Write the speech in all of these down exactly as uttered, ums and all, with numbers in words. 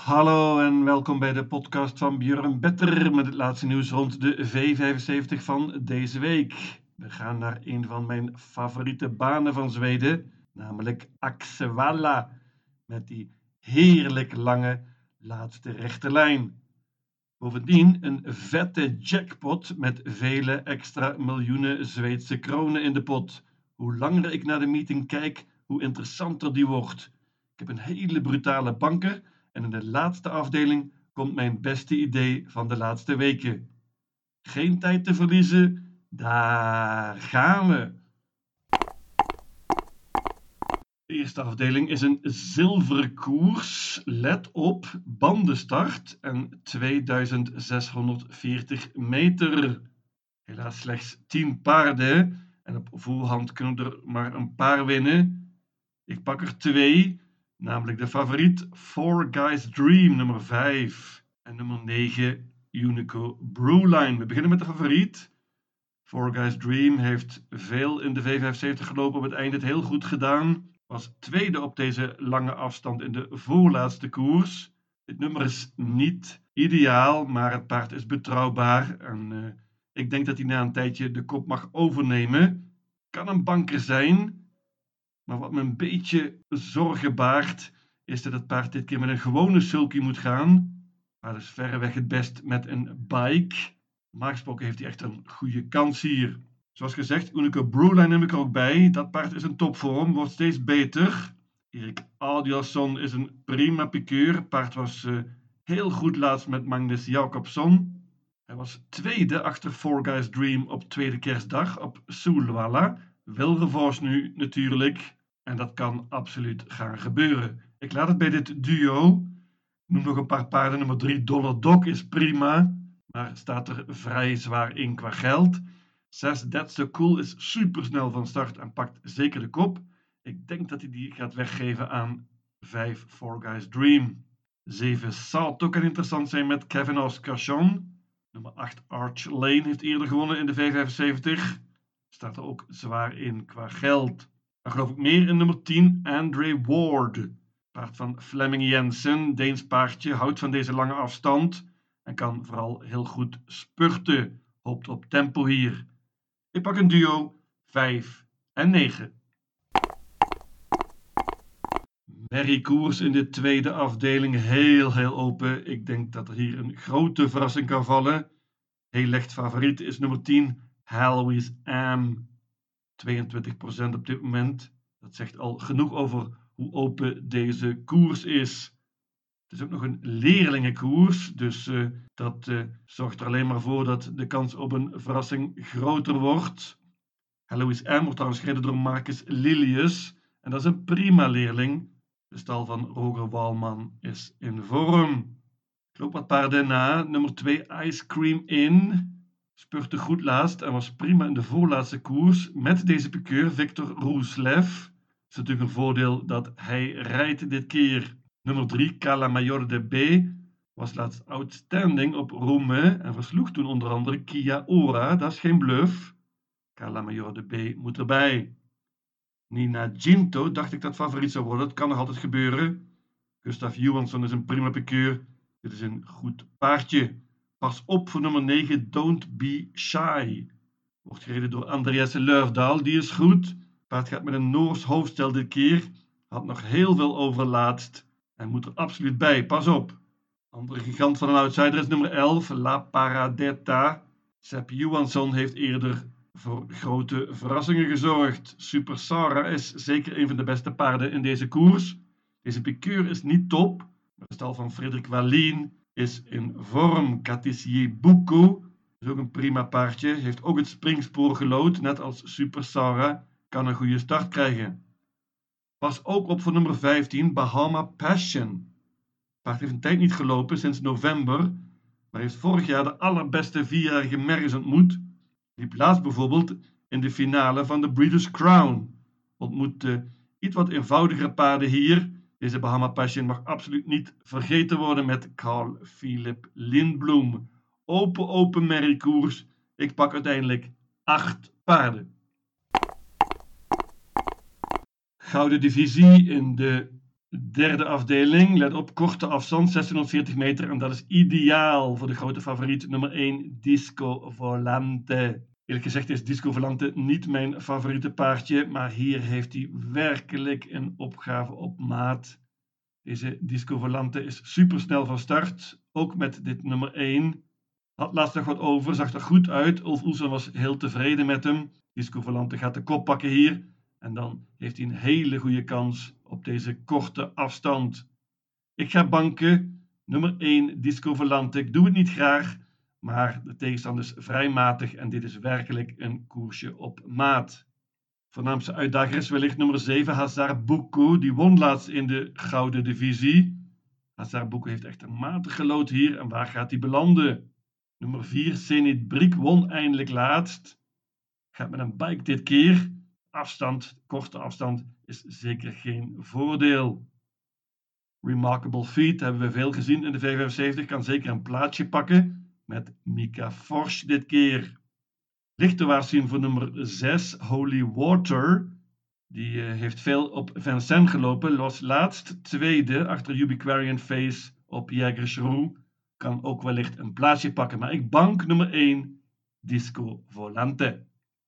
Hallo en welkom bij de podcast van Björn Better met het laatste nieuws rond de V vijfenzeventig van deze week. We gaan naar een van mijn favoriete banen van Zweden, namelijk Axevalla, met die heerlijk lange laatste rechte lijn. Bovendien een vette jackpot met vele extra miljoenen Zweedse kronen in de pot. Hoe langer ik naar de meeting kijk, hoe interessanter die wordt. Ik heb een hele brutale banker en in de laatste afdeling komt mijn beste idee van de laatste weken. Geen tijd te verliezen, daar gaan we. De eerste afdeling is een zilveren koers. Let op, bandenstart en tweeduizend zeshonderdveertig meter. Helaas slechts tien paarden en op voorhand kunnen er maar een paar winnen. Ik pak er twee, namelijk de favoriet Four Guys Dream nummer vijf en nummer negen Unico Brewline. We beginnen met de favoriet. Four Guys Dream heeft veel in de V vijfenzeventig gelopen, op het einde het heel goed gedaan. Was tweede op deze lange afstand in de voorlaatste koers. Dit nummer is niet ideaal, maar het paard is betrouwbaar. En uh, ik denk dat hij na een tijdje de kop mag overnemen. Kan een banker zijn, maar wat me een beetje zorgen baart, is dat het paard dit keer met een gewone sulky moet gaan. Maar dat is verreweg het best met een bike. Normaal gesproken heeft hij echt een goede kans hier. Zoals gezegd, Unico Brewline neem ik er ook bij. Dat paard is in topvorm, wordt steeds beter. Erik Adielsson is een prima piqueur. Het paard was uh, heel goed laatst met Magnus Jacobsson. Hij was tweede achter Four Guys Dream op tweede kerstdag op Solvalla. Wil revanche nu natuurlijk. En dat kan absoluut gaan gebeuren. Ik laat het bij dit duo. Ik noem nog een paar paarden. Nummer drie, Dollar Dog is prima. Maar staat er vrij zwaar in qua geld. zes, That's So Cool is supersnel van start en pakt zeker de kop. Ik denk dat hij die gaat weggeven aan vijf, Four Guys Dream. zeven, Salto kan interessant zijn met Kevin Oscarsson. Nummer acht, Arch Lane heeft eerder gewonnen in de V vijfenzeventig. Staat er ook zwaar in qua geld. Dan geloof ik meer in nummer tien, Andre Ward. Paard van Flemming Jensen, Deens paardje, houdt van deze lange afstand en kan vooral heel goed spurten. Hoopt op tempo hier. Ik pak een duo vijf en negen. Merriekoers in de tweede afdeling, heel heel open. Ik denk dat er hier een grote verrassing kan vallen. Heel licht favoriet is nummer tien, Halloween's Am. tweeëntwintig procent op dit moment. Dat zegt al genoeg over hoe open deze koers is. Het is ook nog een leerlingenkoers, dus uh, dat uh, zorgt er alleen maar voor dat de kans op een verrassing groter wordt. Halloween's Am wordt trouwens gereden door Marcus Lilius en dat is een prima leerling. De stal van Roger Walman is in vorm. Ik loop wat paarden na. Nummer twee, Ice Cream Inn. Spurte goed laatst en was prima in de voorlaatste koers met deze piqueur Victor Rouslev. Het is natuurlijk een voordeel dat hij rijdt dit keer. Nummer drie, Cala Mayor de B. Was laatst outstanding op Rome en versloeg toen onder andere Kia Ora. Dat is geen bluff. Cala Mayor de B moet erbij. Nina Ginto dacht ik dat favoriet zou worden. Het kan nog altijd gebeuren. Gustav Johansson is een prima piqueur. Dit is een goed paardje. Pas op voor nummer negen, Don't Be Shy. Wordt gereden door Andreas Löfdahl, die is goed. Paard gaat met een Noors hoofdstel dit keer. Had nog heel veel overlaatst. En moet er absoluut bij, pas op. Andere gigant van een outsider is nummer elf, La Paradetta. Sepp Johansson heeft eerder voor grote verrassingen gezorgd. Super Sarah is zeker een van de beste paarden in deze koers. Deze piqueur is niet top, maar de stal van Frederik Wallien is in vorm. Catissier Bouco is ook een prima paardje. Heeft ook het springspoor gelood, net als Super Sarah. Kan een goede start krijgen. Pas ook op voor nummer vijftien, Bahama Passion. Het paard heeft een tijd niet gelopen, sinds november. Maar heeft vorig jaar de allerbeste vierjarige merries ontmoet. Liep laatst bijvoorbeeld in de finale van de Breeders' Crown. Ontmoette iets wat eenvoudigere paarden hier. Deze Bahama Passion mag absoluut niet vergeten worden met Carl Philip Lindblom. Open, open merriekoers. Ik pak uiteindelijk acht paarden. Gouden divisie in de Derde afdeling, let op, korte afstand, zeshonderdveertig meter. En dat is ideaal voor de grote favoriet, nummer één, Disco Volante. Eerlijk gezegd is Disco Volante niet mijn favoriete paardje, maar hier heeft hij werkelijk een opgave op maat. Deze Disco Volante is supersnel van start, ook met dit nummer één. Had laatst nog wat over, zag er goed uit. Ulf Oelsen was heel tevreden met hem. Disco Volante gaat de kop pakken hier. En dan heeft hij een hele goede kans op deze korte afstand. Ik ga banken. Nummer één, Disco Volante. Ik doe het niet graag, maar de tegenstander is vrij matig en dit is werkelijk een koersje op maat. Voornaamste uitdager is wellicht nummer zeven, Hazard Boucou. Die won laatst in de gouden divisie. Hazard Boucou heeft echt een matig gelood hier. En waar gaat hij belanden? Nummer vier, Zenit Brik, won eindelijk laatst. Gaat met een bike dit keer. Afstand, korte afstand, is zeker geen voordeel. Remarkable Feat hebben we veel gezien in de vijfenvijftig. Kan zeker een plaatsje pakken. Met Mika Forsch dit keer. Lichte waarschuwing voor nummer zes, Holy Water. Die uh, heeft veel op Vincennes gelopen. Was laatst tweede achter Ubiquarian Face op Jägersroe. Kan ook wellicht een plaatsje pakken. Maar ik bank nummer één, Disco Volante.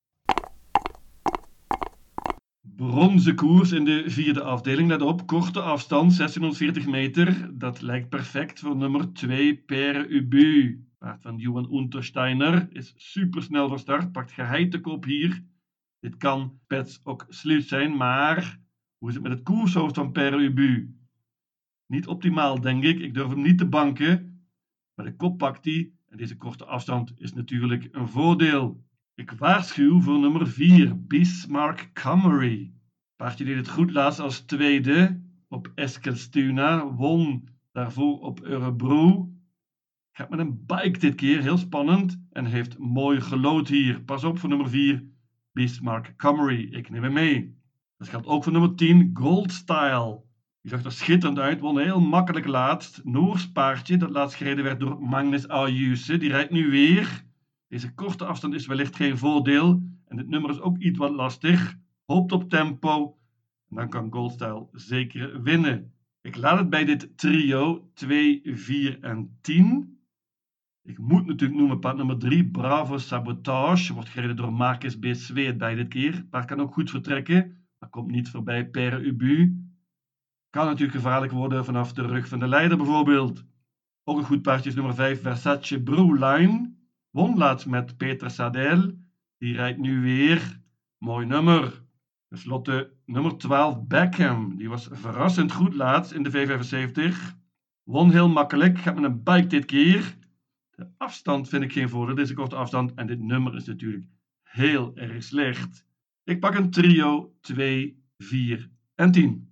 Bronzen koers in de vierde afdeling. Let op, korte afstand, zeshonderdveertig meter. Dat lijkt perfect voor nummer twee, Père Ubu. Paard van Johan Untersteiner is supersnel van start. Pakt geheid de kop hier. Dit kan pets ook sluit zijn, maar hoe is het met het koershoofd van Père Ubu? Niet optimaal, denk ik. Ik durf hem niet te banken. Maar de kop pakt hij. En deze korte afstand is natuurlijk een voordeel. Ik waarschuw voor nummer vier, Bismarck Camry. Paardje deed het goed laatst als tweede op Eskilstuna. Won daarvoor op Örebro. Gaat met een bike dit keer, heel spannend. En heeft mooi gelood hier. Pas op voor nummer vier, Bismarck Camry. Ik neem hem mee. Dat geldt ook voor nummer tien, Gold Style. Die zag er schitterend uit, won heel makkelijk laatst. Noors paardje, dat laatst gereden werd door Magnus Ayuse. Die rijdt nu weer. Deze korte afstand is wellicht geen voordeel. En dit nummer is ook iets wat lastig. Hoopt op tempo. En dan kan Gold Style zeker winnen. Ik laat het bij dit trio twee, vier en tien. Ik moet natuurlijk noemen paard nummer drie, Bravo Sabotage. Wordt gereden door Marcus B. Sweet bij dit keer. Paard kan ook goed vertrekken, maar komt niet voorbij Père Ubu. Kan natuurlijk gevaarlijk worden vanaf de rug van de leider bijvoorbeeld. Ook een goed paardje is nummer vijf, Versace Brewline. Won laatst met Peter Sadel. Die rijdt nu weer. Mooi nummer. Ten slotte nummer twaalf, Beckham. Die was verrassend goed laatst in de V vijfenzeventig. Won heel makkelijk. Gaat met een bike dit keer. De afstand vind ik geen voordeel, deze korte afstand. En dit nummer is natuurlijk heel erg slecht. Ik pak een trio twee, vier en tien.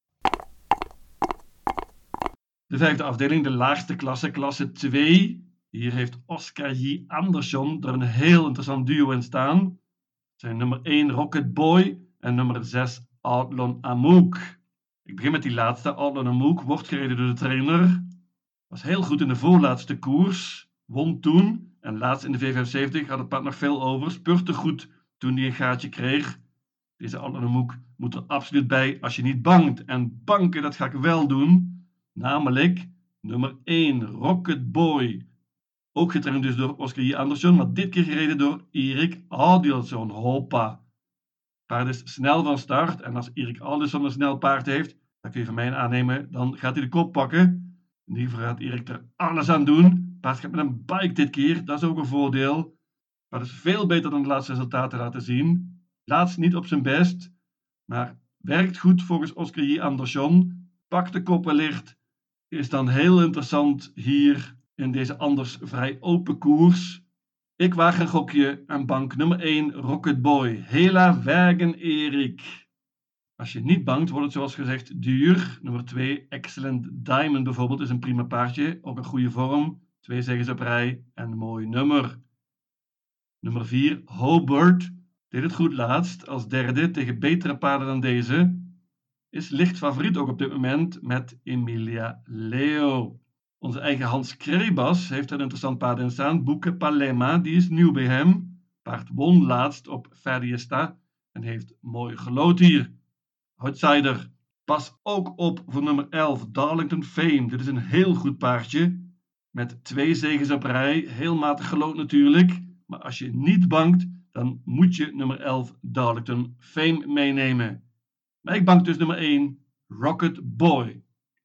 De vijfde afdeling, de laagste klasse, klasse twee. Hier heeft Oscar J. Andersson er een heel interessant duo in staan. Zijn nummer één Rocket Boy en nummer zes Outlaw Amouk. Ik begin met die laatste. Outlaw Amouk wordt gereden door de trainer. Was heel goed in de voorlaatste koers. Won toen. En laatst in de V vijfenzeventig had het paard nog veel over. Spurte goed toen hij een gaatje kreeg. Deze Outlaw Amouk moet er absoluut bij als je niet bangt. En banken, dat ga ik wel doen. Namelijk nummer één Rocket Boy. Ook getraind dus door Oscar J. Andersson, maar dit keer gereden door Erik Adielsson. Hoppa. Paard is snel van start en als Erik Adielsson een snel paard heeft, dan kun je van mij aannemen, dan gaat hij de kop pakken. In ieder geval gaat Erik er alles aan doen. Paard gaat met een bike dit keer, dat is ook een voordeel. Paard is veel beter dan de laatste resultaten laten zien. Laatst niet op zijn best, maar werkt goed volgens Oscar J. Andersson. Pakt de kop wellicht. Is dan heel interessant hier in deze anders vrij open koers. Ik waag een gokje aan bank nummer één Rocket Boy. Hela Wagen Erik. Als je niet bangt wordt het zoals gezegd duur. Nummer twee Excellent Diamond bijvoorbeeld is een prima paardje. Ook een goede vorm. Twee zegens op rij en een mooi nummer. Nummer vier Hobart. Deed het goed laatst als derde tegen betere paarden dan deze. Is licht favoriet ook op dit moment met Emilia Leo. Onze eigen Hans Krebas heeft er een interessant paard in staan. Bouke Palema, die is nieuw bij hem. Paard won laatst op Ferdiesta en heeft mooi gelood hier. Outsider. Pas ook op voor nummer elf, Darlington Fame. Dit is een heel goed paardje. Met twee zegens op rij. Heel matig gelood natuurlijk. Maar als je niet bangt, dan moet je nummer elf, Darlington Fame meenemen. Maar ik bank dus nummer één, Rocket Boy.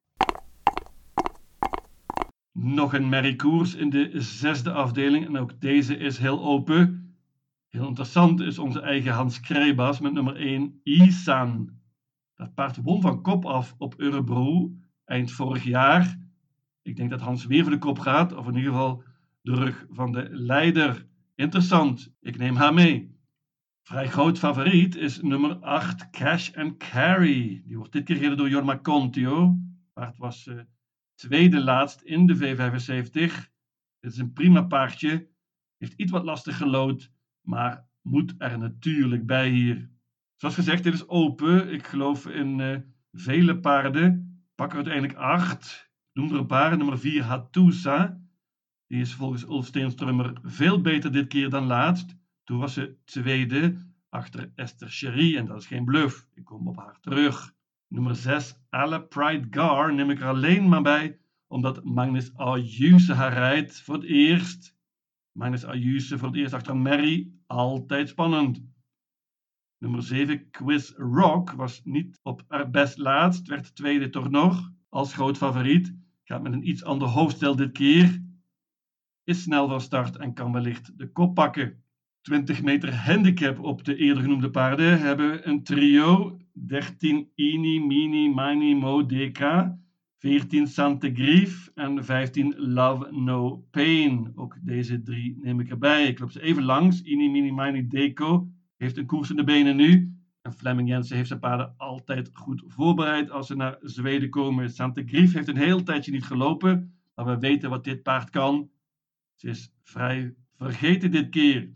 Nog een merriekoers in de zesde afdeling. En ook deze is heel open. Heel interessant is onze eigen Hans Krijbas met nummer één, Isan. Dat paard won van kop af op Örebro eind vorig jaar. Ik denk dat Hans weer voor de kop gaat, of in ieder geval de rug van de leider. Interessant, ik neem haar mee. Vrij groot favoriet is nummer acht, Cash and Carry. Die wordt dit keer gereden door Jorma Contio. Het paard was uh, tweede laatst in de V vijfenzeventig. Dit is een prima paardje. Heeft iets wat lastig gelood, maar moet er natuurlijk bij hier. Zoals gezegd, dit is open. Ik geloof in uh, vele paarden. Pak er uiteindelijk acht. Ik noem er een paar. Nummer vier, Hattusa. Die is volgens Ulf Steenströmer veel beter dit keer dan laatst. Toen was ze tweede achter Esther Cherie. En dat is geen bluff. Ik kom op haar terug. Nummer zes, Alle Pride Gar, neem ik er alleen maar bij. Omdat Magnus Ayuse haar rijdt voor het eerst. Magnus Ayuse voor het eerst achter Mary. Altijd spannend. Nummer zeven, Quiz Rock, was niet op haar best laatst, werd tweede toch nog, als groot favoriet. Gaat met een iets ander hoofdstel dit keer. Is snel van start en kan wellicht de kop pakken. twintig meter handicap op de eerder genoemde paarden hebben een trio. dertien Ini, Mini, Mini, Mo, D K. veertien Santegrief en vijftien Love No Pain. Ook deze drie neem ik erbij. Ik loop ze even langs. Ini, Mini, Mini, Deco heeft een koers in de benen nu. En Flemming Jensen heeft zijn paarden altijd goed voorbereid als ze naar Zweden komen. Santegrief heeft een heel tijdje niet gelopen. Maar we weten wat dit paard kan. Ze is vrij vergeten dit keer.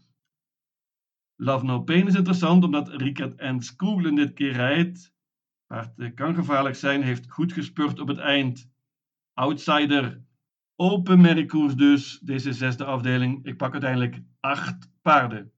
Love No Pain is interessant omdat Richard en Skooglen dit keer rijdt. Paard kan gevaarlijk zijn, heeft goed gespurt op het eind. Outsider. Open merriekoers dus, deze zesde afdeling. Ik pak uiteindelijk acht paarden.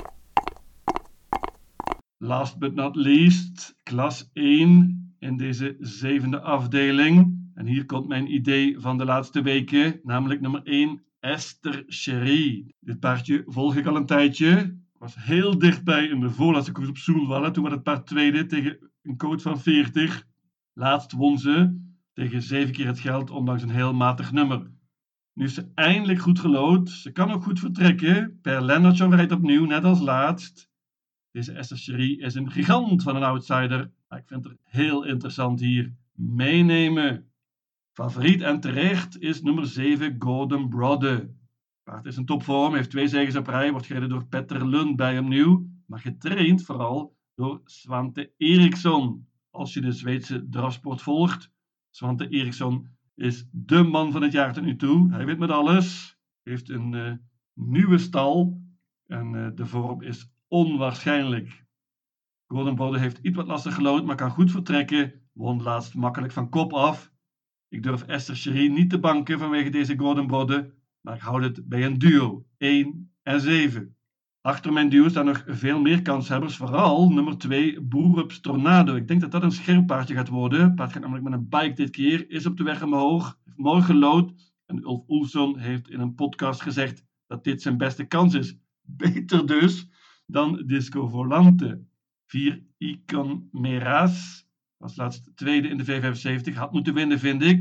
Last but not least, klas één in deze zevende afdeling. En hier komt mijn idee van de laatste weken, namelijk nummer één, Esther Cherie. Dit paardje volg ik al een tijdje. Was heel dichtbij in de voorlaatste koers op Soelwallen. Toen was het paard tweede tegen een coach van veertig. Laatst won ze tegen zeven keer het geld, ondanks een heel matig nummer. Nu is ze eindelijk goed gelood. Ze kan ook goed vertrekken. Per Lennartson rijdt opnieuw, net als laatst. Deze Esther Cherie is een gigant van een outsider. Maar ik vind het heel interessant hier. Meenemen. Favoriet en terecht is nummer zeven, Gordon Brodde. Paard is in topvorm, heeft twee zegens op rij, wordt gereden door Petter Lund bij opnieuw, maar getraind vooral door Svante Eriksson. Als je de Zweedse drafsport volgt, Svante Eriksson is de man van het jaar tot nu toe. Hij weet met alles, heeft een uh, nieuwe stal en uh, de vorm is onwaarschijnlijk. Gordon Brodde heeft iets wat lastig gelood, maar kan goed vertrekken, won laatst makkelijk van kop af. Ik durf Esther Cherie niet te banken vanwege deze Gordon Brodde, maar ik houd het bij een duo, één en zeven. Achter mijn duo staan nog veel meer kanshebbers, vooral nummer twee, Boerups Tornado. Ik denk dat dat een scherp paardje gaat worden. Het paard gaat namelijk met een bike dit keer, is op de weg omhoog, heeft mooi gelood. En Ulf Oelsson heeft in een podcast gezegd dat dit zijn beste kans is. Beter dus dan Disco Volante. vier, Icon Meras. Was laatst tweede in de V vijfenzeventig. Had moeten winnen, vind ik.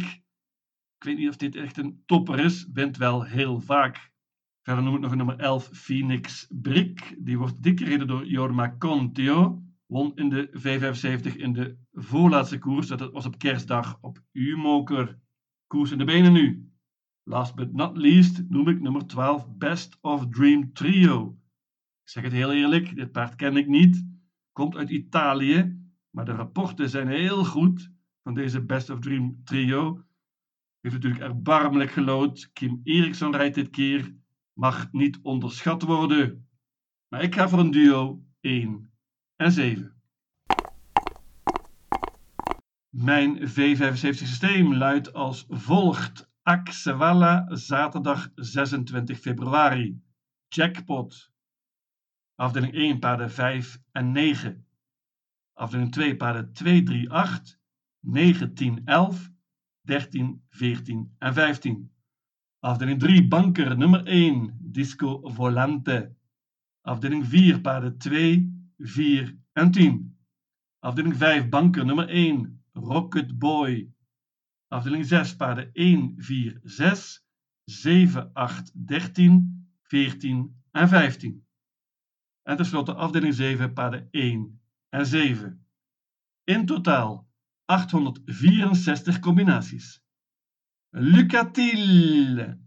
Ik weet niet of dit echt een topper is. Wint wel heel vaak. Verder noem ik nog een nummer elf, Phoenix Brick. Die wordt dik gereden door Jorma Contio. Won in de V vijfenzeventig in de voorlaatste koers. Dat was op kerstdag op U-Moker. Koers in de benen nu. Last but not least noem ik nummer twaalf, Best of Dream Trio. Ik zeg het heel eerlijk, dit paard ken ik niet. Komt uit Italië. Maar de rapporten zijn heel goed van deze Best of Dream Trio. Heeft natuurlijk erbarmelijk gelood. Kim Eriksson rijdt dit keer. Mag niet onderschat worden. Maar ik ga voor een duo één en zeven. Mijn V vijfenzeventig systeem luidt als volgt. Axevalla, zaterdag zesentwintig februari. Jackpot. Afdeling één, paarden vijf en negen. Afdeling twee, paarden twee, drie, acht. negen, tien, elf, dertien, veertien en vijftien. Afdeling drie, banker nummer één, Disco Volante. Afdeling vier, paarden twee, vier en tien. Afdeling vijf, banker nummer één, Rocket Boy. Afdeling zes, paarden één, vier, zes, zeven, acht, dertien, veertien en vijftien. En tenslotte afdeling zeven, paarden één en zeven. In totaal achthonderdvierenzestig combinaties. Lucatiel!